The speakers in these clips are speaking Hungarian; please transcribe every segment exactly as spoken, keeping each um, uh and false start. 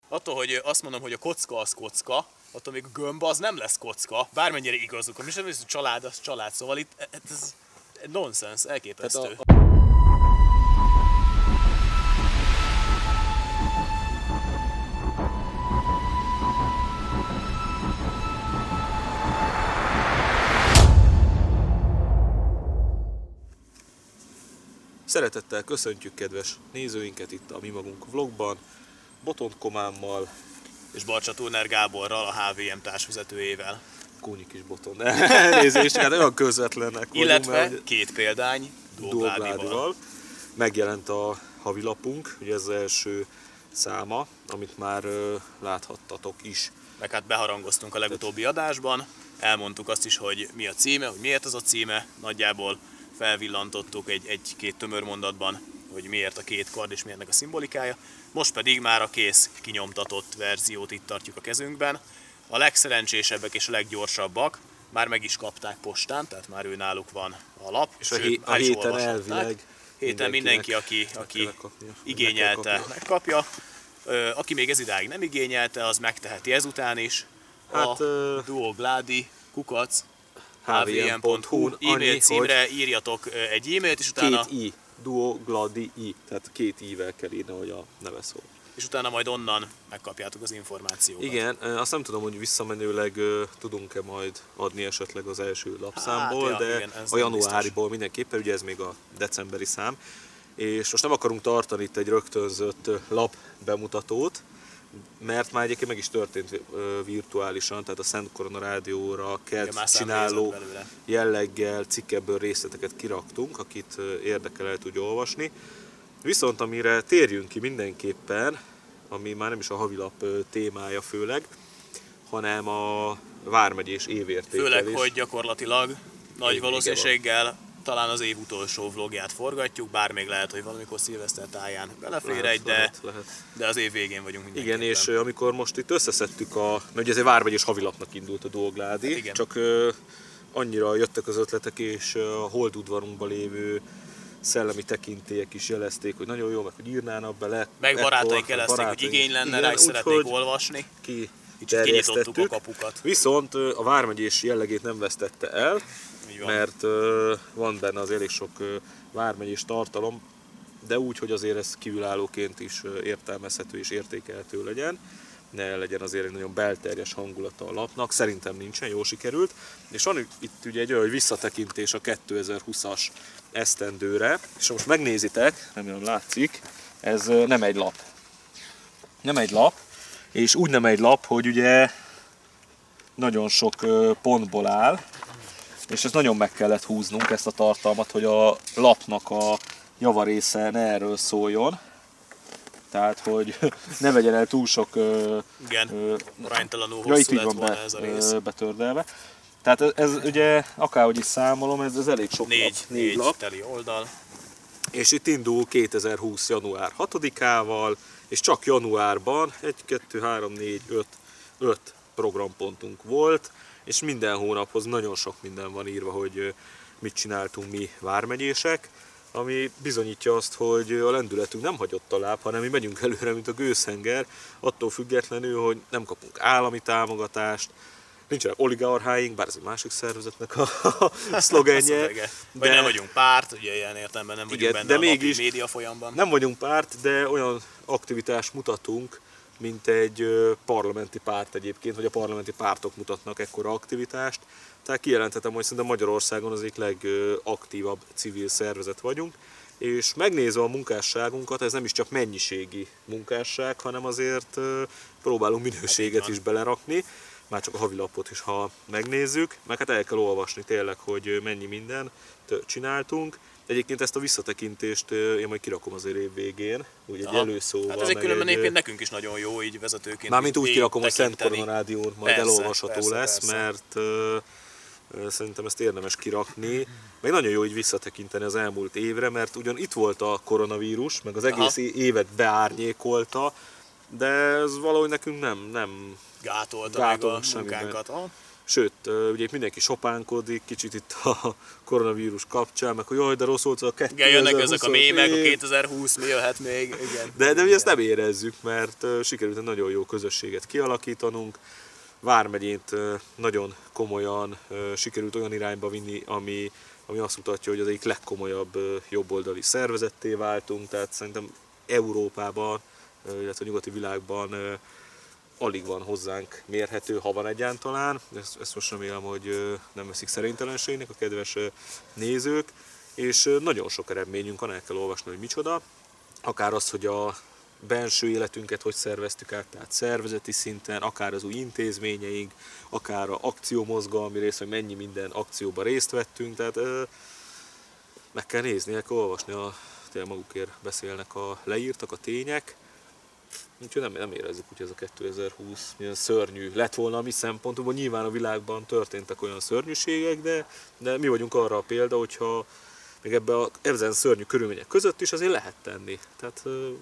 Attól, hogy azt mondom, hogy a kocka az kocka, attól még a gömb az nem lesz kocka, bármennyire igazuk. Mi sem hogy a család az család, szóval itt ez nonsens, elképesztő. Tehát a... Szeretettel köszöntjük kedves nézőinket itt a Mi Magunk vlogban, Botont Komámmal és Barcsa Turner Gáborral, a há vé em társvezetőjével. Kónyi kis Boton, elnézést, hát olyan közvetlenek vagyunk. Illetve mert, két példány, Duo Gládival. Megjelent a havilapunk, ugye ez az első száma, amit már uh, láthattatok is. Meg hát beharangoztunk a legutóbbi adásban, elmondtuk azt is, hogy mi a címe, hogy miért az a címe, nagyjából felvillantottuk egy-két tömör mondatban, hogy miért a két kard és miért a szimbolikája. Most pedig már a kész kinyomtatott verziót itt tartjuk a kezünkben. A legszerencsésebbek és a leggyorsabbak már meg is kapták postán, tehát már ő náluk van a lap. És sőt, a, hé- a héten elvileg héten mindenki, aki, aki igényelte, megkapja. Aki még ez idáig nem igényelte, az megteheti ezután is. Hát, a uh... Duo Gladi kukac há vé em pont hú e-mail címre írjatok egy e-mailt, és utána... Két i, Duo Gladi i, tehát két i-vel kell írni, hogy a neve szól. És utána majd onnan megkapjátok az információkat. Igen, azt nem tudom, hogy visszamenőleg tudunk-e majd adni esetleg az első lapszámból, hát, ja, de igen, a januáriból mindenképpen, ugye ez még a decemberi szám. És most nem akarunk tartani itt egy rögtönzött lap bemutatót, mert már egyébként meg is történt virtuálisan, tehát a Szent Korona Rádióra kezd csináló jelleggel cikkebből részleteket kiraktunk, akit érdekel el tudja olvasni. Viszont amire térjünk ki mindenképpen, ami már nem is a havilap témája főleg, hanem a vármegyés évértékelés. Főleg, hogy gyakorlatilag nagy Én valószínűséggel talán az év utolsó vlogját forgatjuk, bár még lehet, hogy valamikor szilveszter táján belefér lehet, egy, de, lehet, lehet. de az év végén vagyunk mindenképpen. Igen, és amikor most itt összeszedtük a, mert ugye ez egy vármegyés havilapnak indult a Duo Gladi, hát csak uh, annyira jöttek az ötletek, és a holdudvarunkban lévő szellemi tekintélyek is jelezték, hogy nagyon jó, meg hogy írnának bele. Meg barátaink jelezték, hogy igény lenne rá, és szeretnék olvasni. Ki kinyitottuk a kapukat. Viszont a vármegyés jellegét nem vesztette el, mert uh, van benne az elég sok uh, vármegyés tartalom, de úgy, hogy azért ez kívülállóként is uh, értelmezhető és értékelhető legyen. Ne legyen azért egy nagyon belterjes hangulata a lapnak, szerintem nincsen, jól sikerült. És van itt ugye egy olyan visszatekintés a kétezer-húszas esztendőre, és most megnézitek, remélem látszik, ez nem egy lap. Nem egy lap, és úgy nem egy lap, hogy ugye nagyon sok pontból áll, és ezt nagyon meg kellett húznunk, ezt a tartalmat, hogy a lapnak a javarésze ne erről szóljon. Tehát, hogy ne vegyen el túl sok... Igen, aránytalanul hosszú lett volna ez a rész. Betördelve. Tehát ez, ez ugye, akárhogy is számolom, ez, ez elég sok négy, lap. Négy, négy lap. Teli oldal. És itt indul kétezer-húsz. január hatodikával, és csak januárban egy, kettő, három, négy, öt, öt programpontunk volt, és minden hónaphoz nagyon sok minden van írva, hogy mit csináltunk mi vármegyések, ami bizonyítja azt, hogy a lendületünk nem hagyott a láb, hanem mi megyünk előre, mint a gőzhenger, attól függetlenül, hogy nem kapunk állami támogatást, nincsenek oligarcháink, bár ez egy másik szervezetnek a szlogenje. Vagy nem vagyunk párt, ugye ilyen értelemben nem vagyunk igen, benne de a napi média folyamban. Nem vagyunk párt, de olyan aktivitást mutatunk, mint egy parlamenti párt egyébként, vagy a parlamenti pártok mutatnak ekkora aktivitást. Tehát kijelenthetem, hogy szerintem Magyarországon az egyik legaktívabb civil szervezet vagyunk, és megnézve a munkásságunkat, ez nem is csak mennyiségi munkásság, hanem azért próbálunk minőséget hát is belerakni, már csak a havilapot is, ha megnézzük, meg hát el kell olvasni tényleg, hogy mennyi mindent csináltunk. Egyébként ezt a visszatekintést én majd kirakom azért év végén, úgy egy előszóval. Hát ez egy különben egyébként nekünk is nagyon jó, így vezetőként. Mármint úgy kirakom, hogy Szent Korona Rádión majd persze, elolvasható persze, lesz, persze. mert uh, szerintem ezt érdemes kirakni. Meg nagyon jó így visszatekinteni az elmúlt évre, mert ugyan itt volt a koronavírus, meg az egész Aha. évet beárnyékolta, de ez valahogy nekünk nem, nem gátolta meg a munkánkat. Sőt, ugye itt mindenki sopánkodik, kicsit itt a koronavírus kapcsán, meg hogy jaj, de rossz volt a kétezer-húsz. Igen, jönnek ezek a mémek, a kétezer-húsz mi jöhet még, igen. De, de mi ezt nem érezzük, mert sikerült egy nagyon jó közösséget kialakítanunk. Vármegyét nagyon komolyan sikerült olyan irányba vinni, ami, ami azt mutatja, hogy az egyik legkomolyabb jobboldali szervezetté váltunk, tehát szerintem Európában, illetve a nyugati világban alig van hozzánk mérhető, ha van egyáltalán. Ezt, ezt most remélem, hogy nem veszik szerénytelenségnek a kedves nézők. És nagyon sok eredményünk van, el kell olvasni, hogy micsoda. Akár az, hogy a belső életünket hogy szerveztük át, tehát szervezeti szinten, akár az új intézményeink, akár a akciómozgalmi rész, hogy mennyi minden akcióban részt vettünk. Tehát meg kell nézni, el kell olvasni, a, tényleg magukért beszélnek a leírtak, a tények. Úgyhogy nem, nem érezzük, hogy ez a kétezer-húsz milyen szörnyű lett volna a mi szempontunkból. Nyilván a világban történtek olyan szörnyűségek, de, de mi vagyunk arra a példa, hogyha még ebben a ezen szörnyű körülmények között is azért lehet tenni. Tehát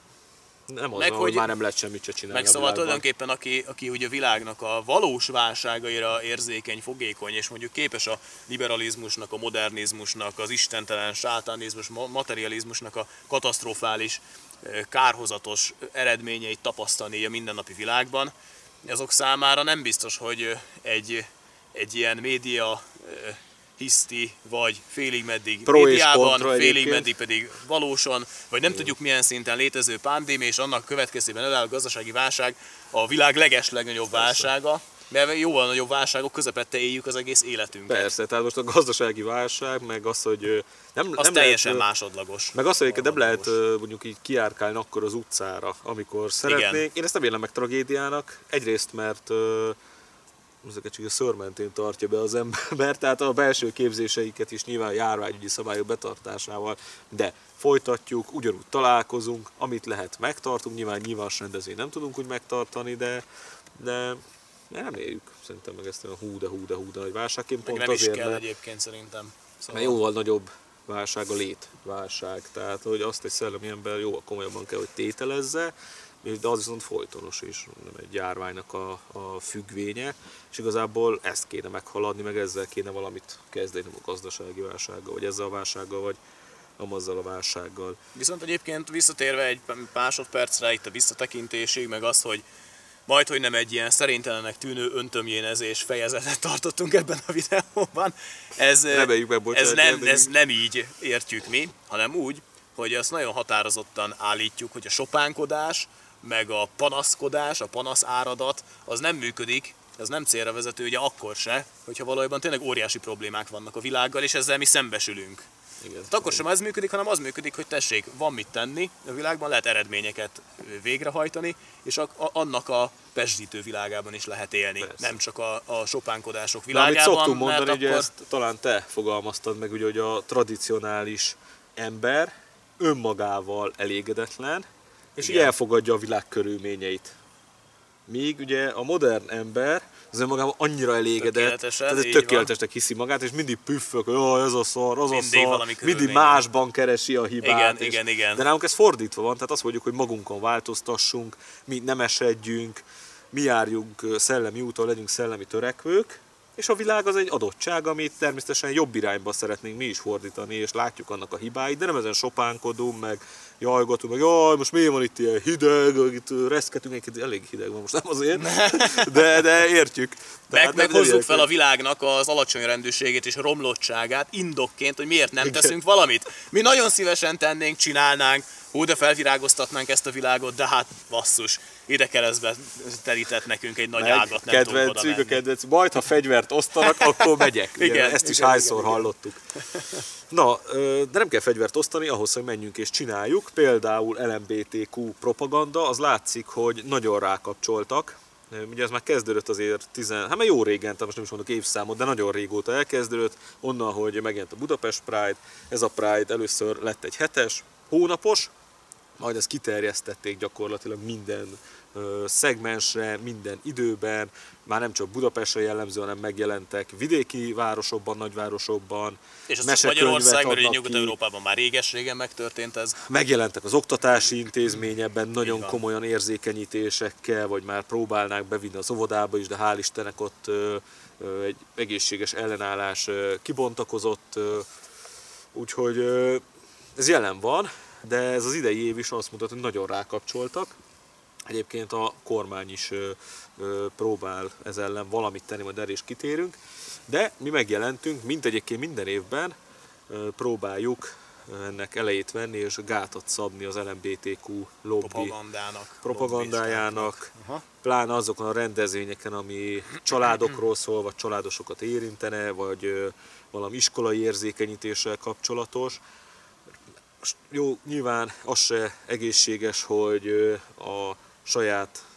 nem az, meg, van, hogy már nem lehet semmit se csinálni. Meg szóval tulajdonképpen aki, aki ugye a világnak a valós válságaira érzékeny, fogékony, és mondjuk képes a liberalizmusnak, a modernizmusnak, az istentelen sátánizmus, materializmusnak a katasztrofális, kárhozatos eredményeit tapasztalni a mindennapi világban, azok számára nem biztos, hogy egy, egy ilyen média hiszti, vagy félig meddig Pro médiában, félig meddig pedig valósan, vagy nem tudjuk milyen szinten létező pandémia, és annak következtében eláll a gazdasági válság a világ leges legnagyobb válsága, mert jóval nagyobb válságok közepette éljük az egész életünket. Persze, tehát most a gazdasági válság, meg az, hogy nem, az nem teljesen lehet, másodlagos. Meg az, hogy nem lehet mondjuk így kiárkálni akkor az utcára, amikor szeretnénk. Igen. Én ezt nem élem meg tragédiának, egyrészt, mert ezeket csak a szőrmentén tartja be az ember, tehát a belső képzéseiket is nyilván járványügyi szabályok betartásával, de folytatjuk, ugyanúgy találkozunk, amit lehet megtartunk, nyilván nyilvános rendezvényt nem tudunk úgy megtartani, de, de nem éljük szerintem meg ezt a hú de hú de hú de nagy válságként. Pont nem azért, is kell mert, egyébként szerintem. Szóval... Mert jóval nagyobb válság a létválság, tehát hogy azt egy szellemi ember jóval komolyabban kell, hogy tételezze, de az viszont folytonos is, nem egy járványnak a, a függvénye, és igazából ezt kéne meghaladni, meg ezzel kéne valamit kezdeni, a gazdasági válsággal, vagy ezzel a válsággal, vagy amazzal a válsággal. Viszont egyébként visszatérve egy másodpercre itt a visszatekintésig, meg az, hogy majd, hogy nem egy ilyen szerénytelenek tűnő öntömjénezés fejezetet tartottunk ebben a videóban, ez, meg, ez, nem, ez nem így értjük mi, hanem úgy, hogy azt nagyon határozottan állítjuk, hogy a sopánkodás, meg a panaszkodás, a panaszáradat, az nem működik, az nem célra vezető, ugye akkor se, hogyha valójában tényleg óriási problémák vannak a világgal, és ezzel mi szembesülünk. Igen, hát akkor sem ez működik, hanem az működik, hogy tessék, van mit tenni, a világban lehet eredményeket végrehajtani, és a, a, annak a pesdítő világában is lehet élni, persze. Nem csak a, a sopánkodások világában. De amit szoktunk mondani, ugye akkor... ezt talán te fogalmaztad meg, ugye, hogy a tradicionális ember önmagával elégedetlen, és így elfogadja a világ körülményeit. Míg ugye a modern ember az önmagában annyira elégedett, tehát tökéletesnek hiszi magát, és mindig püffök, hogy ez a szar, az mindig a szar, mindig másban keresi a hibát. Igen, és, igen, igen. De nálunk ez fordítva van, tehát azt mondjuk, hogy magunkon változtassunk, mi nem esedjünk, mi járjunk szellemi úton, legyünk szellemi törekvők, és a világ az egy adottság, amit természetesen jobb irányba szeretnénk mi is fordítani, és látjuk annak a hibáit, de nem ezen sopánkodunk, meg jajgatunk, meg jaj, most miért van itt ilyen hideg, itt reszketünk, egy elég hideg van most, nem azért, de, de értjük. Meg, meg hozzuk fel a világnak az alacsony rendőrségét és a romlottságát indokként, hogy miért nem teszünk valamit. Mi nagyon szívesen tennénk, csinálnánk, hú, de felvirágoztatnánk ezt a világot, de hát basszus, ide keresztbe terített nekünk egy nagy meg ágat, nem tudunk oda menni. A kedvencük, majd ha fegyvert osztanak, akkor megyek. Igen, ezt is igen, hányszor igen, hallottuk. Na, de nem kell fegyvert osztani ahhoz, hogy menjünk és csináljuk. Például el em bé té kú propaganda, az látszik, hogy nagyon rákapcsoltak. Ugye ez már kezdődött azért, tizen, hát már jó régen, tehát most nem is mondok évszámot, de nagyon régóta elkezdődött, onnan, hogy megjelent a Budapest Pride, ez a Pride először lett egy hetes, hónapos, majd ezt kiterjesztették gyakorlatilag minden szegmensre, minden időben, már nem csak Budapestre jellemző, hanem megjelentek vidéki városokban, nagyvárosokban. És azt Magyarországban, vagy Nyugat-Európában már réges-régen megtörtént ez. Megjelentek az oktatási intézményekben nagyon komolyan érzékenyítésekkel, vagy már próbálnák bevinni az óvodába is, de hál' Istennek ott egy egészséges ellenállás kibontakozott. Úgyhogy ez jelen van, de ez az idei év is azt mutat, hogy nagyon rákapcsoltak. Egyébként a kormány is ö, ö, próbál ez ellen valamit tenni, majd erre is kitérünk. De mi megjelentünk, mint egyébként minden évben ö, próbáljuk ennek elejét venni és gátat szabni az el em bé té kú lobby propagandának, propagandájának, pláne azokon a rendezvényeken, ami családokról szól, vagy családosokat érintene, vagy ö, valami iskolai érzékenyítéssel kapcsolatos. Jó, nyilván az se egészséges, hogy a saját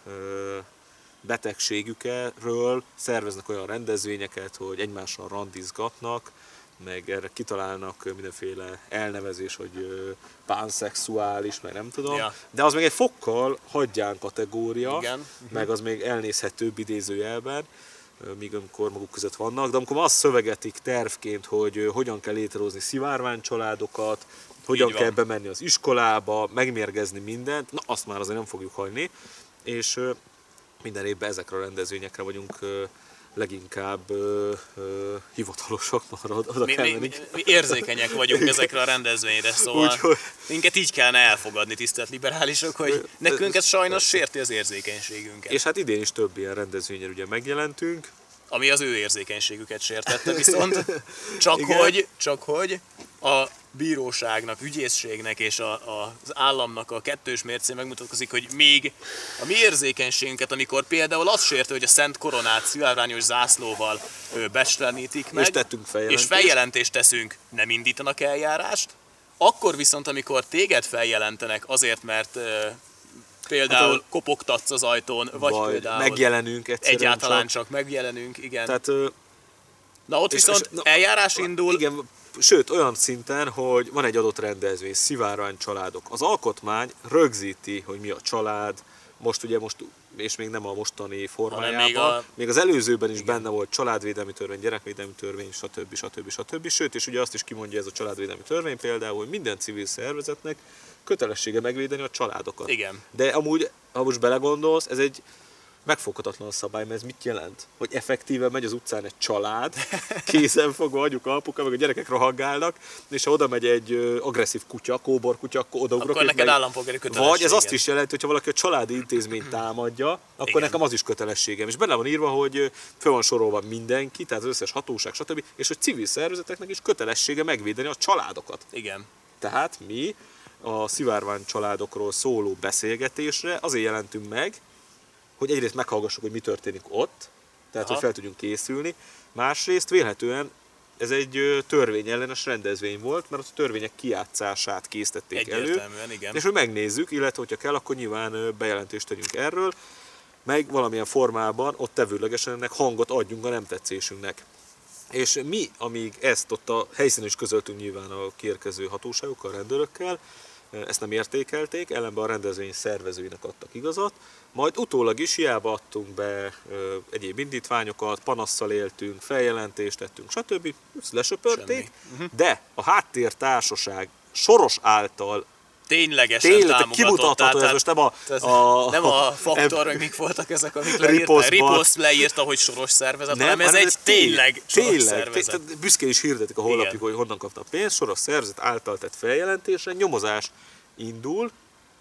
betegségükről szerveznek olyan rendezvényeket, hogy egymással randizgatnak, meg erre kitalálnak mindenféle elnevezés, hogy pánszexuális, meg nem tudom. Ja. De az még egy fokkal hagyján kategória, igen. Meg az még elnézhetőbb idézőjelben, míg amikor maguk között vannak. De amikor azt szövegetik tervként, hogy hogyan kell létrehozni szivárványcsaládokat, hogyan kell bemenni az iskolába, megmérgezni mindent, na azt már azért nem fogjuk hagyni, és ö, minden évben ezekre a rendezvényekre vagyunk ö, leginkább ö, ö, hivatalosak, már oda mi, kell mi, menni. Mi, mi érzékenyek vagyunk ezekre a rendezvényre, szóval Úgyhogy... minket így kellene elfogadni, tisztelt liberálisok, hogy nekünk ez sajnos sérti az érzékenységünket. És hát idén is több ilyen rendezvényen ugye megjelentünk. Ami az ő érzékenységüket sértette viszont, csak hogy, csak hogy a bíróságnak, ügyészségnek és a, a, az államnak a kettős mércén megmutatkozik, hogy még a mi érzékenységünket, amikor például az sértő, hogy a Szent Koronát szivárványos zászlóval becstelenítik meg, és, tettünk és feljelentést teszünk, nem indítanak eljárást, akkor viszont, amikor téged feljelentenek azért, mert például hát a... kopogtatsz az ajtón, vagy, vagy például megjelenünk egyáltalán csak. csak megjelenünk, igen. Tehát, na ott és, viszont és, na, eljárás indul. Igen, sőt olyan szinten, hogy van egy adott rendezvény, szivárvány családok. Az alkotmány rögzíti, hogy mi a család, most ugye most, és még nem a mostani formájában, még, a... még az előzőben is igen. Benne volt családvédelmi törvény, gyerekvédelmi törvény, stb. stb. stb. Sőt, és ugye azt is kimondja ez a családvédelmi törvény például, hogy minden civil szervezetnek kötelessége megvédeni a családokat. Igen. De amúgy, ha most belegondolsz, ez egy megfoghatatlan szabály, mert ez mit jelent? Hogy effektíven megy az utcán egy család, kézen fogva, anyuka, apuka, meg a gyerekek rohangálnak, és ha oda megy egy agresszív kutya, kóbor kutya, akkor odaugrok. Akkor neked állampolgári kötelességed. Vagy ez azt is jelenti, hogy ha valaki a családi intézményt támadja, akkor igen. Nekem az is kötelességem. És benne van írva, hogy föl van sorolva mindenki, tehát az összes hatóság, stb. És hogy civil szervezeteknek is kötelessége megvédeni a családokat. Igen. Tehát mi a szivárvány családokról szóló beszélgetésre azért jelentünk meg, hogy egyrészt meghallgassuk, hogy mi történik ott, tehát Aha. hogy fel tudjunk készülni, másrészt vélhetően ez egy törvényellenes rendezvény volt, mert a törvények kijátszását készítették elő, igen. És hogy megnézzük, illetve hogyha kell, akkor nyilván bejelentést tegyünk erről, meg valamilyen formában ott tevőlegesen ennek hangot adjunk a nem tetszésünknek. És mi, amíg ezt ott a helyszínen is közöltünk nyilván a kiérkező hatóságokkal, a rendőrökkel, ezt nem értékelték, ellenben a rendezvény szervezőinek adtak igazat, majd utólag is hiába adtunk be ö, egyéb indítványokat, panasszal éltünk, feljelentést tettünk, stb. Ezt lesöpörték, uh-huh. De a háttértársaság Soros által ténylegesen tényleg, támogatott. Kimutatható, ez most nem a... a nem a faktor, hogy mik voltak ezek, amik leírta. Ripost leírta, hogy Soros szervezet, nem, hanem ez egy tényleg Soros tényleg, szervezet. Tényleg, büszkén is hirdetik a honlapjuk, hogy honnan kapta a pénzt, Soros szervezet által tett feljelentésre, nyomozás indul,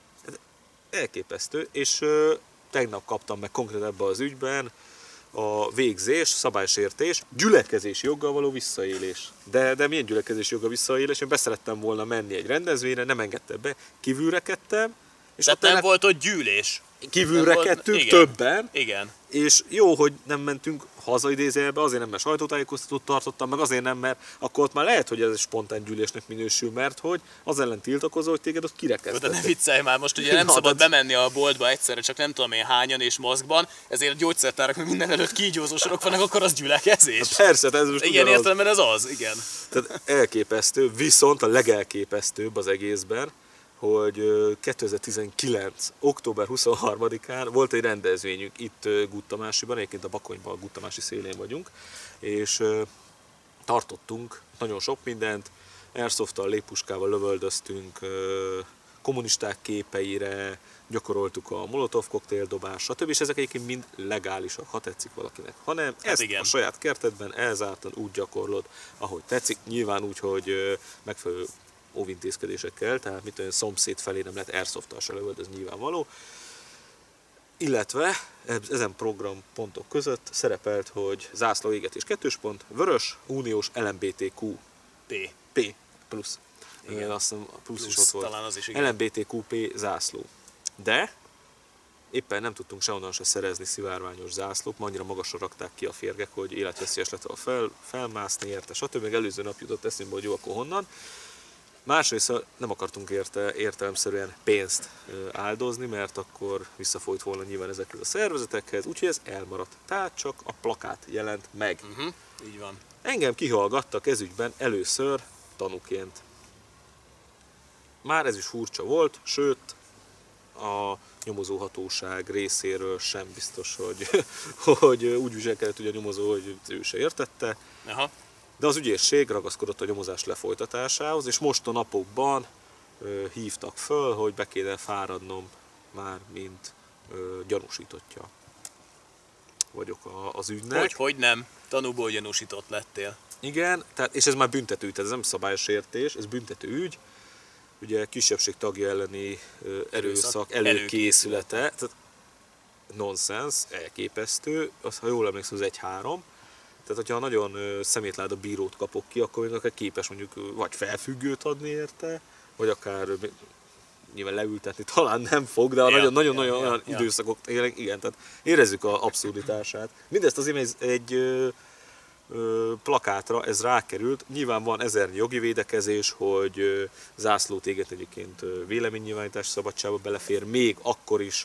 elképesztő, és ö, tegnap kaptam meg konkrét ebben az ügyben a végzés, szabálysértés, gyülekezési joggal való visszaélés. De, de milyen gyülekezési joggal visszaélés? Én beszerettem volna menni egy rendezvényre, nem engedte be, kívülrekedtem. És tehát nem volt ott gyűlés. Kívülrekedtünk többen. Igen. És jó, hogy nem mentünk hazaidézőjelbe, azért nem, mert sajtótájékoztatót tartottam, meg azért nem, mert akkor ott már lehet, hogy ez egy spontán gyűlésnek minősül, mert hogy az ellen tiltakozol, hogy téged ott kirekeztettek. De ne viccelj már, most ugye nem Na, szabad tehát... bemenni a boltba egyszerre, csak nem tudom én hányan és maszkban, ezért a gyógyszertárak meg minden előtt kígyózó sorok vannak, akkor az gyülekezés. Na persze, ez most ilyen értelemben ez az, igen. Tehát elképesztő, viszont a legelképesztőbb az egészben, hogy kétezer-tizenkilenc. október huszonharmadikán volt egy rendezvényünk itt Guttamásiban, egyébként a Bakonyban, a Guttamási szélén vagyunk, és tartottunk nagyon sok mindent, airsofttal, légpuskával lövöldöztünk, kommunisták képeire, gyakoroltuk a molotov koktéldobást, stb. És ezek egyébként mind legálisak, ha tetszik valakinek. Ha nem, Hát ezt igen. a saját kertedben elzártan úgy gyakorlod, ahogy tetszik, nyilván úgy, hogy megfelelő óvintézkedésekkel, tehát mit olyan szomszéd felé nem lehet airsofttal se lövöldözni, ez nyilvánvaló. Illetve ezen programpontok között szerepelt, hogy zászlóégetés kettős pont, vörös, uniós el em bé té kú P. P plusz. Igen. Azt hiszem plusz, plusz is Plusz, ott volt. talán az is, igen. el em bé té kú pé zászló. De éppen nem tudtunk sehonnan se szerezni szivárványos zászlót, annyira magasra rakták ki a férgek, hogy életveszélyes lett a fel, felmászni érte, stb. Még előző nap jutott eszünkbe, hogy jó, akkor honnan. Másrészt nem akartunk érte, értelemszerűen pénzt áldozni, mert akkor visszafolyt volna nyilván ezekhez a szervezetekhez, úgyhogy ez elmaradt. Tehát csak a plakát jelent meg. Uh-huh. Így van. Engem kihallgattak ez ügyben először tanúként. Már ez is furcsa volt, sőt a nyomozóhatóság részéről sem biztos, hogy, hogy úgy viselkedett ugye a nyomozó, hogy ő se értette. Aha. De az ügyészség ragaszkodott a nyomozás lefolytatásához, és most a napokban ö, hívtak föl, hogy be kéne fáradnom már, mint ö, gyanúsítottja vagyok a, az ügynek. Hogy, hogy nem? Tanúból gyanúsított lettél. Igen, tehát, és ez már büntető, tehát ez nem szabályos értés, ez büntető ügy. Ugye kisebbség tagja elleni ö, erőszak előkészülete, tehát nonsens, elképesztő, az, ha jól emlékszem, az egy három. Tehát, hogyha nagyon szemétláda bírót kapok ki, akkor még akár képes mondjuk vagy felfüggőt adni érte, vagy akár nyilván leültetni talán nem fog, de nagyon-nagyon ja, ja, olyan ja, időszakok tényleg, igen, tehát érezzük az abszurditását. Mindezt azért egy, egy ö, ö, plakátra ez rákerült, nyilván van ezernyi jogi védekezés, hogy ö, zászlót éget egyébként véleménynyilvánítás szabadságba belefér, még akkor is,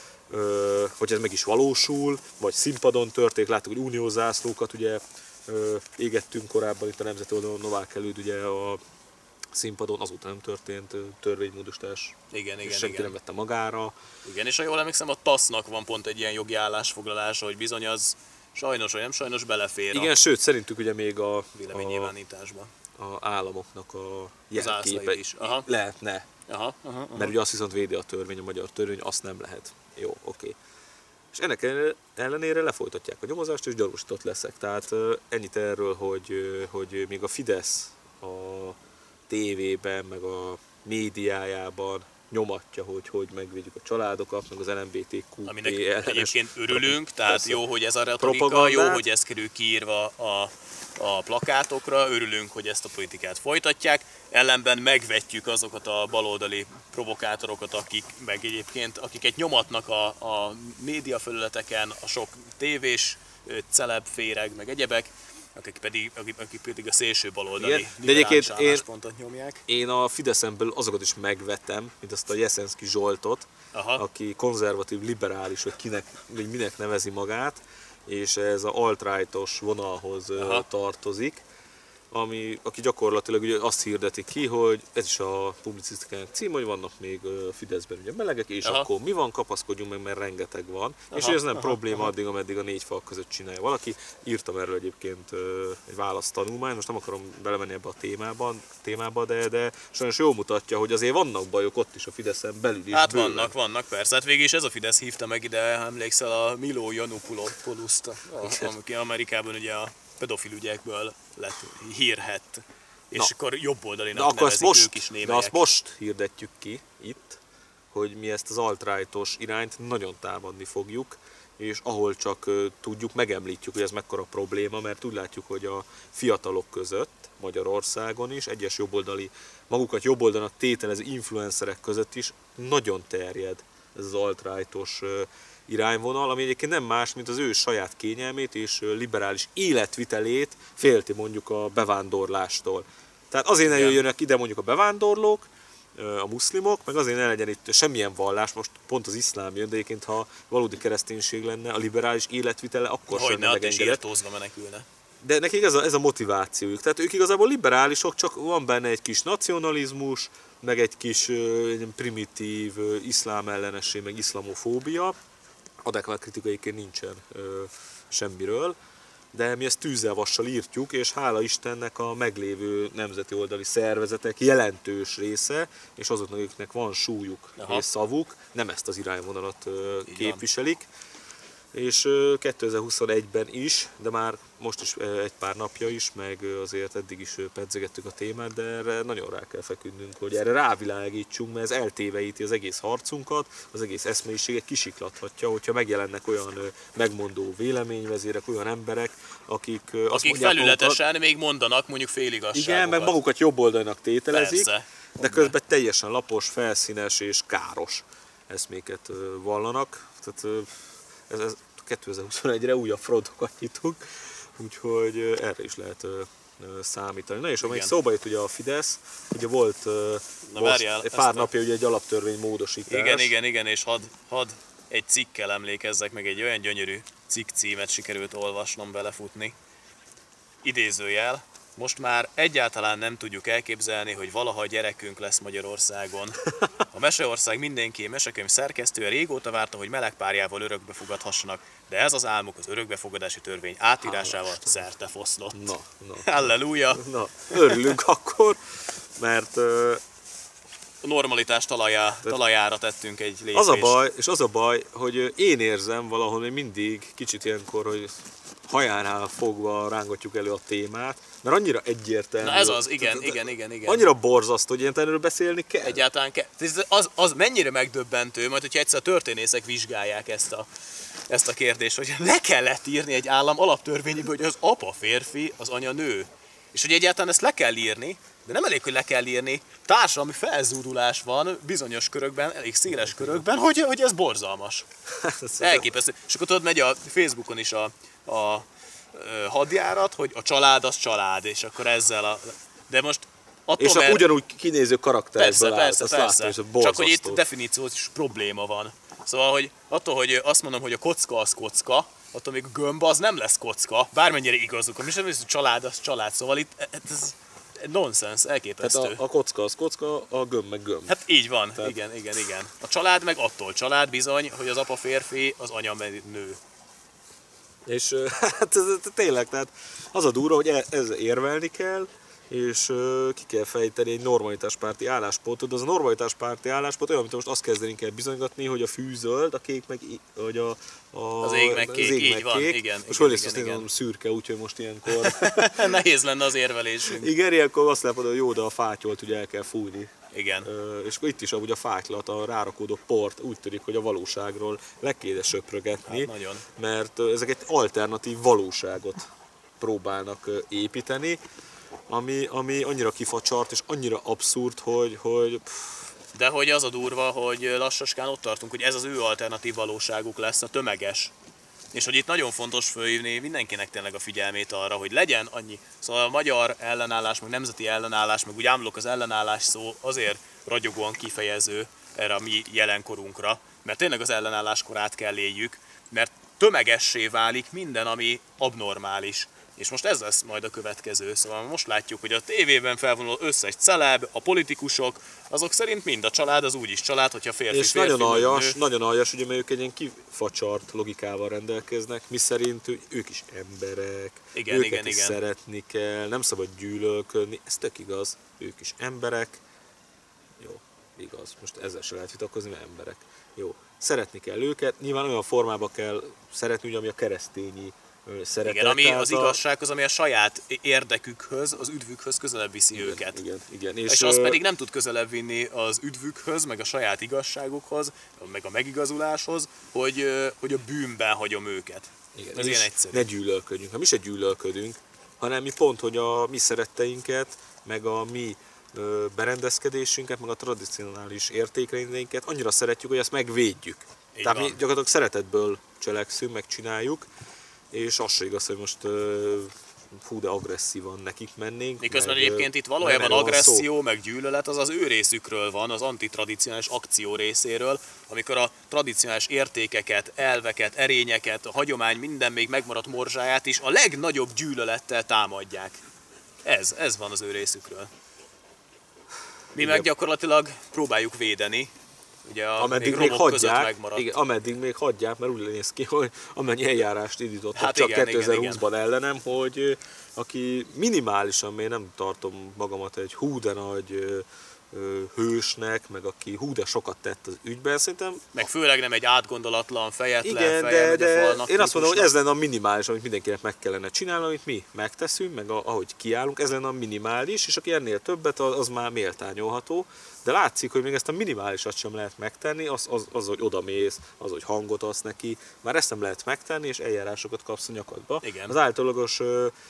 Ö, hogy ez meg is valósul, vagy színpadon történik, láttuk, hogy uniós zászlókat ugye ö, égettünk korábban itt a Nemzeti Oldalon, Novák előtt ugye a színpadon, azóta nem történt törvénymódosítás, igen, és igen, senki igen. nem vette magára. Igen, és ha jól emlékszem, a TASZ-nak van pont egy ilyen jogi állásfoglalása, hogy bizony az sajnos vagy nem sajnos belefér Igen, a sőt, szerintük ugye még a, véleménynyilvánításba. A, a államoknak a Zászlai jelképe is. Aha. lehetne. Aha, aha, aha. Mert ugye azt viszont védi a törvény, a magyar törvény, azt nem lehet. Jó, oké. És ennek ellenére lefolytatják a nyomozást, és gyanúsított leszek. Tehát ennyit erről, hogy, hogy még a Fidesz a tévében, meg a médiájában nyomatja, hogy hogy megvédjük a családokat, meg az el em bé té kú Aminek ellenes egyébként örülünk, tehát persze, jó, hogy ez a retorika, propagandát. jó, hogy ez kerül kiírva a, a plakátokra, örülünk, hogy ezt a politikát folytatják, ellenben megvetjük azokat a baloldali provokátorokat, akik meg egyébként, akiket nyomatnak a, a médiafelületeken, a sok tévés celeb féreg, meg egyebek, akik pedig, akik, akik pedig a szélső baloldali liberális álláspontot nyomják. Én a Fideszen belül azokat is megvetem, mint azt a Jeszenszky Zsoltot, Aha. aki konzervatív, liberális, vagy kinek, vagy minek nevezi magát, és ez a alt-rightos vonalhoz Aha. tartozik, ami, aki gyakorlatilag ugye azt hirdeti ki, hogy ez is a publicisztikának cím, hogy vannak még Fideszben ugye melegek, és Aha. akkor mi van, kapaszkodjunk meg, mert rengeteg van. Aha. És ez nem Aha. probléma addig, ameddig a négy fal között csinálja valaki. Írtam erről egyébként egy választanulmányt, most nem akarom belemenni ebbe a témában, témába, de, de sajnos jól mutatja, hogy azért vannak bajok ott is a Fideszen belül is. Hát bőven. vannak, vannak persze. Hát végig is ez a Fidesz hívta meg ide, emlékszel a Milo Yiannopoulos-t, aki Amerikában ugye a pedofil ügyekből lett hírhett, és Na. akkor jobboldalinak akkor nevezik most, ők is némelyek. De azt most hirdetjük ki itt, hogy mi ezt az alt-rightos irányt nagyon támadni fogjuk, és ahol csak uh, tudjuk, megemlítjük, hogy ez mekkora probléma, mert úgy látjuk, hogy a fiatalok között, Magyarországon is, egyes jobboldali, magukat jobboldalnak tételező influencerek között is nagyon terjed ez az alt-rightos uh, irányvonal, ami egyébként nem más, mint az ő saját kényelmét és liberális életvitelét félti mondjuk a bevándorlástól. Tehát azért ne jöjjönek ide mondjuk a bevándorlók, a muszlimok, meg azért ne legyen itt semmilyen vallás, most pont az iszlám jön, de egyébként ha valódi kereszténység lenne, a liberális életvitele akkor sem megengedett. megengedett. Hogyne, írtózva menekülne. de nekik ez a, ez a motivációjuk. Tehát ők igazából liberálisok, csak van benne egy kis nacionalizmus, meg egy kis uh, primitív uh, iszlám ellenesség, meg iszlamofóbia. Adekvát kritikaik nincsen uh, semmiről, de mi ezt tűzzel vassal írtjuk, és hála Istennek a meglévő nemzeti oldali szervezetek jelentős része, és azoknak, akiknek van súlyuk Aha. és szavuk, nem ezt az irányvonalat uh, képviselik. És kétezer-huszonegyben is, de már most is egy pár napja is, meg azért eddig is pedzegettük a témát, de erre nagyon rá kell feküdnünk, hogy erre rávilágítsunk, mert ez eltéveíti az egész harcunkat, az egész eszmélyiséget kisiklathatja, hogyha megjelennek olyan megmondó véleményvezérek, olyan emberek, akik, akik azt felületesen magukat, még mondanak mondjuk féligasságokat. Igen, meg magukat jobboldalinak tételezik, Persze. de közben teljesen lapos, felszínes és káros eszméket vallanak. Tehát, Ez, ez kétezer-huszonegyre újabb frontokat nyitunk, úgyhogy erre is lehet számítani. Na és amelyik szóba jött ugye a Fidesz, ugye volt Na, most várjál, egy pár a... napja ugye egy alaptörvény módosítás. Igen, igen, igen, és hadd had egy cikkkel emlékezzek, meg egy olyan gyönyörű cikk címet sikerült olvasnom, belefutni. Idézőjel. Most már egyáltalán nem tudjuk elképzelni, hogy valaha gyerekünk lesz Magyarországon. A Meseország mindenki mesekönyv szerkesztője régóta várta, hogy meleg párjával örökbe fogadhassanak, de ez az álmuk az örökbefogadási törvény átírásával szerte foszlott. Na, na. Halleluja! Na, örülünk akkor, mert uh, a normalitás talajá, talajára tettünk egy lépést. Az a baj, és az a baj, hogy én érzem valahol még mindig kicsit ilyenkor, hogy hajánál fogva rángatjuk elő a témát, mert annyira egyértelmű. Na ez az, igen, igen, igen, igen. Annyira borzasztó, hogy ilyen erről beszélni kell. Egyáltalán kell. Az, az mennyire megdöbbentő, majd hogyha egyszer a történészek vizsgálják ezt a, ezt a kérdést, hogy le kellett írni egy állam alaptörvényéből, hogy az apa férfi, az anya nő. És hogy egyáltalán ezt le kell írni, de nem elég, hogy le kell írni, társadalmi felzúdulás van bizonyos körökben, elég széles körökben, hogy, hogy ez borzalmas. Elképesztő. És akkor tudod, megy a Facebookon is a, a hadjárat, hogy a család az család, és akkor ezzel a... De most attól, és mert... ugyanúgy kinéző karakterekből persze, persze, állt, persze. láttam, hogy csak hogy itt definíciós probléma van. Szóval, hogy attól, hogy azt mondom, hogy a kocka az kocka, attól még a gömb az nem lesz kocka, bármennyire igazuk. Mi sem hisz, hogy család az család, szóval itt ez nonsens, elképesztő. Tehát a, a kocka az kocka, a gömb meg gömb. Hát így van, Tehát... igen, igen, igen. A család meg attól család bizony, hogy az apa férfi, az anya meg nő. És hát ez, ez, tényleg, tehát az a durva, hogy ez érvelni kell, és ki kell fejteni egy normalitáspárti álláspontot, de az a normalitáspárti álláspont olyan, mint most azt kezdenénk el bizonygatni, hogy a fűzöld, a kék meg, vagy a, a az ég meg kék, az ég így meg van, kék. igen. Most igen, igen, igen, igen. szürke, úgyhogy most ilyenkor... Nehéz lenne az érvelésünk. Igen, ilyenkor azt látod, hogy jó, de a fátyolt ugye el kell fújni. Igen. Ö, és akkor itt is amúgy a fátylat, a rárakódó port úgy tűnik, hogy a valóságról le kéne söprögetni, Hát nagyon. mert ezek egy alternatív valóságot próbálnak építeni, ami, ami annyira kifacsart és annyira abszurd, hogy, hogy pff. De hogy az a durva, hogy lassaskán ott tartunk, hogy ez az ő alternatív valóságuk lesz, a tömeges. És hogy itt nagyon fontos fölhívni mindenkinek tényleg a figyelmét arra, hogy legyen annyi. Szóval a magyar ellenállás, meg nemzeti ellenállás, meg úgy ámlok az ellenállás szó azért ragyogóan kifejező erre a mi jelenkorunkra, mert tényleg az ellenállás korát kell éljük, mert tömegessé válik minden, ami abnormális. És most ez lesz majd a következő. Szóval most látjuk, hogy a tévében felvonul összes celeb, a politikusok, azok szerint mind a család az úgyis család, hogyha férfi, és férfi, nagyon aljas, nő. nagyon aljas, ugye, mert ők egy ilyen kifacsart logikával rendelkeznek, mi szerint ők is emberek, igen, őket igen, is igen. szeretni kell, nem szabad gyűlölködni, ez tök igaz, ők is emberek, jó, igaz, most ezzel se lehet vitatkozni, mert emberek, jó, szeretni kell őket, nyilván olyan formában kell szeretni, ugye, ami a keresztényi szeretet. Igen, ami az a... igazság az, ami a saját érdekükhöz, az üdvükhöz közelebb viszi igen, őket. Igen, igen. És, és ö... az pedig nem tud közelebb vinni az üdvükhöz, meg a saját igazságukhoz, meg a megigazuláshoz, hogy, hogy a bűnben hagyom őket. Igen, ez ilyen egyszerű. Ne gyűlölködjünk, hát mi se gyűlölködünk, hanem mi pont, hogy a mi szeretteinket, meg a mi ö, berendezkedésünket, meg a tradicionális értékrendjeinket annyira szeretjük, hogy ezt megvédjük. Így Tehát van. mi gyakorlatilag szeretetből cselekszünk, megcsináljuk, és az se igaz, hogy most ö, hú, de agresszívan nekik mennénk. Miközben meg, egyébként itt valójában agresszió, meg gyűlölet az az ő részükről van, az antitradicionális akció részéről, amikor a tradicionális értékeket, elveket, erényeket, a hagyomány minden még megmaradt morzsáját is a legnagyobb gyűlölettel támadják. Ez, ez van az ő részükről. Mi igen. meg gyakorlatilag próbáljuk védeni. Ugye a ameddig még, még hagyják, igen, ameddig még hagyják, mert úgy néz ki, hogy amennyi eljárást indítottak hát csak igen, kétezer-húszban igen, ellenem, hogy aki minimálisan, még nem tartom magamat egy hú de nagy hősnek, meg aki hú de sokat tett az ügyben, szerintem... Meg főleg nem egy átgondolatlan, fejetlen, igen, feje, de, de én azt mondom, hogy ez lenne a minimális, amit mindenkinek meg kellene csinálni, amit mi megteszünk, meg ahogy kiállunk, ez lenne a minimális, és aki ennél többet, az, az már méltányolható. De látszik, hogy még ezt a minimálisat sem lehet megtenni, az, az, az hogy odamész, az, hogy hangot adsz neki, már ezt nem lehet megtenni, és eljárásokat kapsz a nyakadba. Igen. Az általagos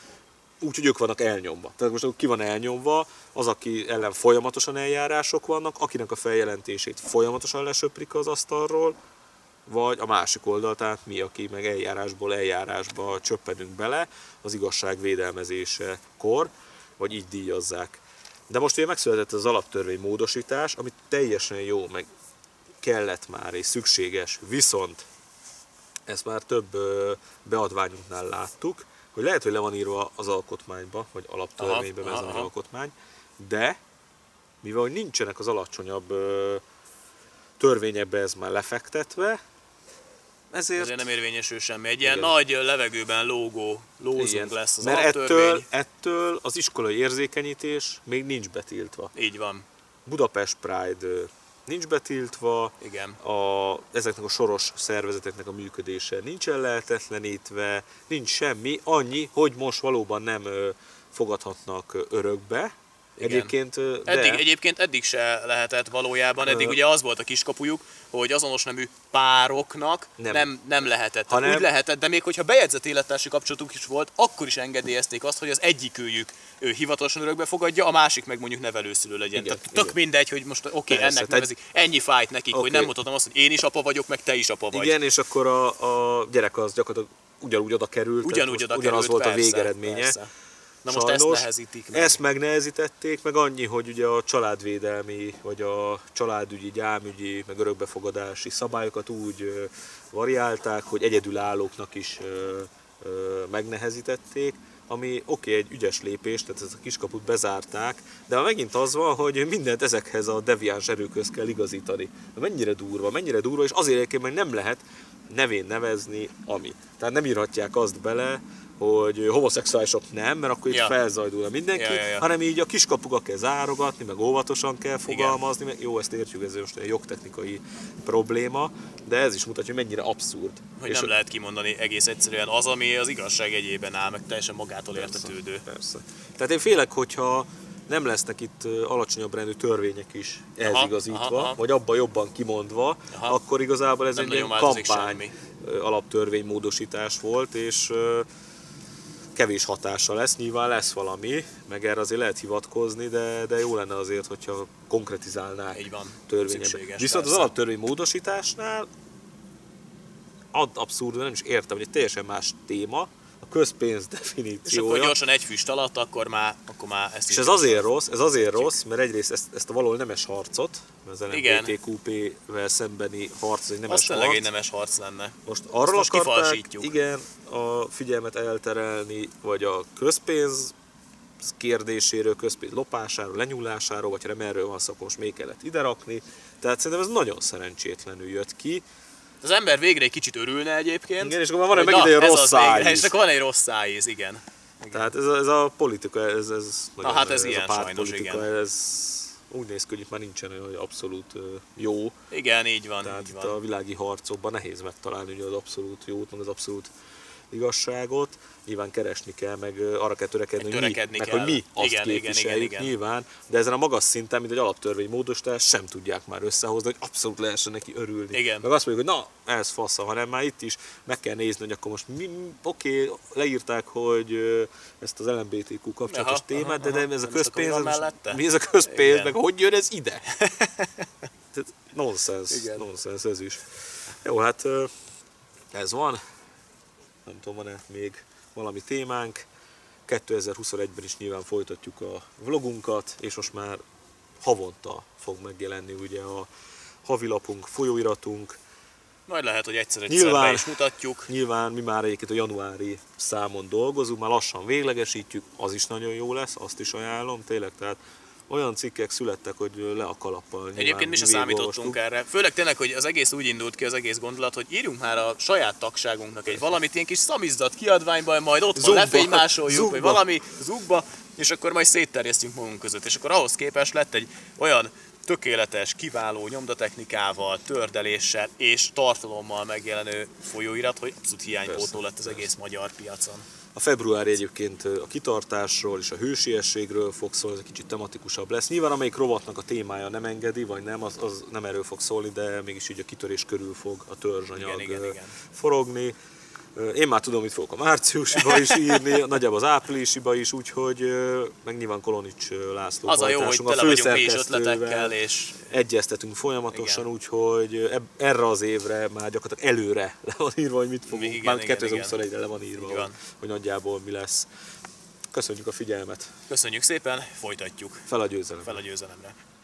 úgy, hogy ők vannak elnyomva. Tehát most ki van elnyomva, az, aki ellen folyamatosan eljárások vannak, akinek a feljelentését folyamatosan lesöprik az asztalról, vagy a másik oldal, tehát mi, aki meg eljárásból eljárásba csöppenünk bele az igazság védelmezésekor, vagy így díjazzák. De most ugye megszületett az alaptörvény módosítás, ami teljesen jó, meg kellett már és szükséges, viszont ezt már több beadványunknál láttuk, hogy lehet, hogy le van írva az alkotmányba, vagy alaptörvényben ez az alkotmány, de mivel hogy nincsenek az alacsonyabb törvényekbe ez már lefektetve, ezért... Ezért nem érvényesül semmi. Egy ilyen igen. nagy levegőben lógó lózunk lesz az mert alaptörvény. Ettől, ettől az iskolai érzékenyítés még nincs betiltva. Így van. Budapest Pride nincs betiltva, igen. A, ezeknek a soros szervezeteknek a működése nincsen lehetetlenítve, nincs semmi, annyi, hogy most valóban nem fogadhatnak örökbe. Igen. Egyébként, de... Eddig, egyébként eddig se lehetett valójában, eddig ugye az volt a kiskapujuk, hogy azonos nemű pároknak nem, nem, nem lehetett. Hanem... Úgy lehetett, de még hogyha bejegyzett élettársi kapcsolatuk is volt, akkor is engedélyezték azt, hogy az egyikőjük ő hivatalosan örökbe fogadja, a másik meg mondjuk nevelőszülő legyen. Igen, Tehát tök igen. mindegy, hogy most oké, okay, ennek tehát... nevezik. Ennyi fájt nekik, okay. hogy nem mutatom azt, hogy én is apa vagyok, meg te is apa vagy. Igen, és akkor a, a gyerek az gyakorlatilag ugyanúgy oda került, ugyanúgy oda ugyanaz került, volt persze, a végeredménye. Persze. Na most sajnos, ezt nehezítik meg. Ezt megnehezítették, meg annyi, hogy ugye a családvédelmi, vagy a családügyi, gyámügyi, meg örökbefogadási szabályokat úgy variálták, hogy egyedülállóknak is megnehezítették, ami oké, okay, egy ügyes lépés, tehát ezt a kiskaput bezárták, de megint az van, hogy mindent ezekhez a deviáns erőkhöz kell igazítani. Mennyire durva, mennyire durva, és azért egyébként meg nem lehet nevén nevezni, ami. Tehát nem írhatják azt bele, hogy homoszexuálisok nem, mert akkor itt ja. felzajdulna mindenki, ja, ja, ja. hanem így a kiskapukat kell zárogatni, meg óvatosan kell fogalmazni, meg jó, ezt értjük, ez most egy jogtechnikai probléma, de ez is mutatja, hogy mennyire abszurd. Hogy és nem lehet kimondani egész egyszerűen az, ami az igazság egyében áll, meg teljesen magától persze, értetődő. Persze. Tehát én félek, hogyha nem lesznek itt alacsonyabb rendű törvények is elzigazítva, aha, aha. vagy abban jobban kimondva, aha. akkor igazából ez nem egy ilyen kampány alaptörvénymódosítás volt, és kevés hatása lesz, nyilván lesz valami, meg erre azért lehet hivatkozni, de, de jó lenne azért, hogyha konkretizálnák törvényekbe. Viszont persze. Az alaptörvény módosításnál ad abszurd, nem is értem, hogy egy teljesen más téma, a közpénz definíciója. És akkor gyorsan egy füst alatt, akkor már, akkor már ezt és ez azért rossz, ez azért rossz, mert egyrészt ezt, ezt a valahol nemes harcot, az el em bé té kú pé-vel szembeni harc, ez egy nemes harc. Azt egy nemes harc lenne. Most arról most akarták, igen, a figyelmet elterelni, vagy a közpénz kérdéséről, közpénz lopásáról, lenyúlásáról, vagy ha nem erről van szó, most még kellett ide rakni. Tehát szerintem ez nagyon szerencsétlenül jött ki. Az ember végre egy kicsit örülne egyébként. Igen, és akkor van egy megint egy rossz szájíz. És akkor van egy rossz szájíz, igen. igen. Tehát ez a, ez a politika, ez, ez, Na, hát ez, ez ilyen a sajnos, igen. Ez úgy néz ki, hogy itt már nincsen olyan, hogy abszolút jó. Igen, így van. Tehát így itt van. a világi harcokban nehéz megtalálni ugye az abszolút jót, meg az abszolút igazságot. Nyilván keresni kell, meg arra kell törekedni, hogy mi, meg hogy mi azt igen, képviseljük igen, igen, nyilván, de ezen a magas szinten, mint egy alaptörvény módosítás, sem tudják már összehozni, hogy abszolút lehessen neki örülni. Igen. Meg azt mondjuk, hogy na, ez fasza, hanem már itt is meg kell nézni, hogy akkor most mi, oké, okay, leírták, hogy ezt az el em bé té kú kapcsolatos aha, témát, aha, de, de ez a közpénz, ez, mi ez a közpénz, igen. meg hogy jön ez ide? Tehát nonsens, nonsens ez is. Jó, hát ez van. Nem tudom, van-e még valami témánk. kétezer-huszonegyben is nyilván folytatjuk a vlogunkat, és most már havonta fog megjelenni ugye a havilapunk, folyóiratunk. Majd lehet, hogy egyszer egy Nyilván- szerbe is mutatjuk. Nyilván mi már egyébként a januári számon dolgozunk, már lassan véglegesítjük, az is nagyon jó lesz, azt is ajánlom, tényleg, tehát olyan cikkek születtek, hogy le a kalappal. nyilván Egyébként mi se végigolvastuk. számítottunk erre. Főleg tényleg, hogy az egész úgy indult ki, az egész gondolat, hogy írjunk már a saját tagságunknak egy valamit, ilyen kis szamizdat kiadványban, majd ott van Zugba. lefénymásoljuk, vagy Zugba. valami zugba, és akkor majd szétterjesztjünk magunk között. És akkor ahhoz képest lett egy olyan tökéletes, kiváló nyomdatechnikával, tördeléssel és tartalommal megjelenő folyóirat, hogy abszolút hiánypótló lett az egész magyar piacon. A februári egyébként a kitartásról és a hősiességről fog szólni, ez egy kicsit tematikusabb lesz. Nyilván amelyik rovatnak a témája nem engedi, vagy nem, az, az nem erről fog szólni, de mégis így a kitörés körül fog a törzsanyag Igen, igen, igen. forogni. Én már tudom, mit fogok a márciusiba is írni, nagyjából az áprilisiba is, úgyhogy meg nyilván Kolonics László Az a jó, hogy bajtársunk, tele vagyunk mi is főszerkesztővel ötletekkel, és egyeztetünk folyamatosan, Igen. úgyhogy eb- erre az évre már gyakorlatilag előre le van írva, hogy mit fogunk, Igen, már igen, kétezer-huszonegyre le van írva, Így van. hogy, hogy nagyjából mi lesz. Köszönjük a figyelmet, köszönjük szépen, folytatjuk fel a győzelem! fel a győzelemre.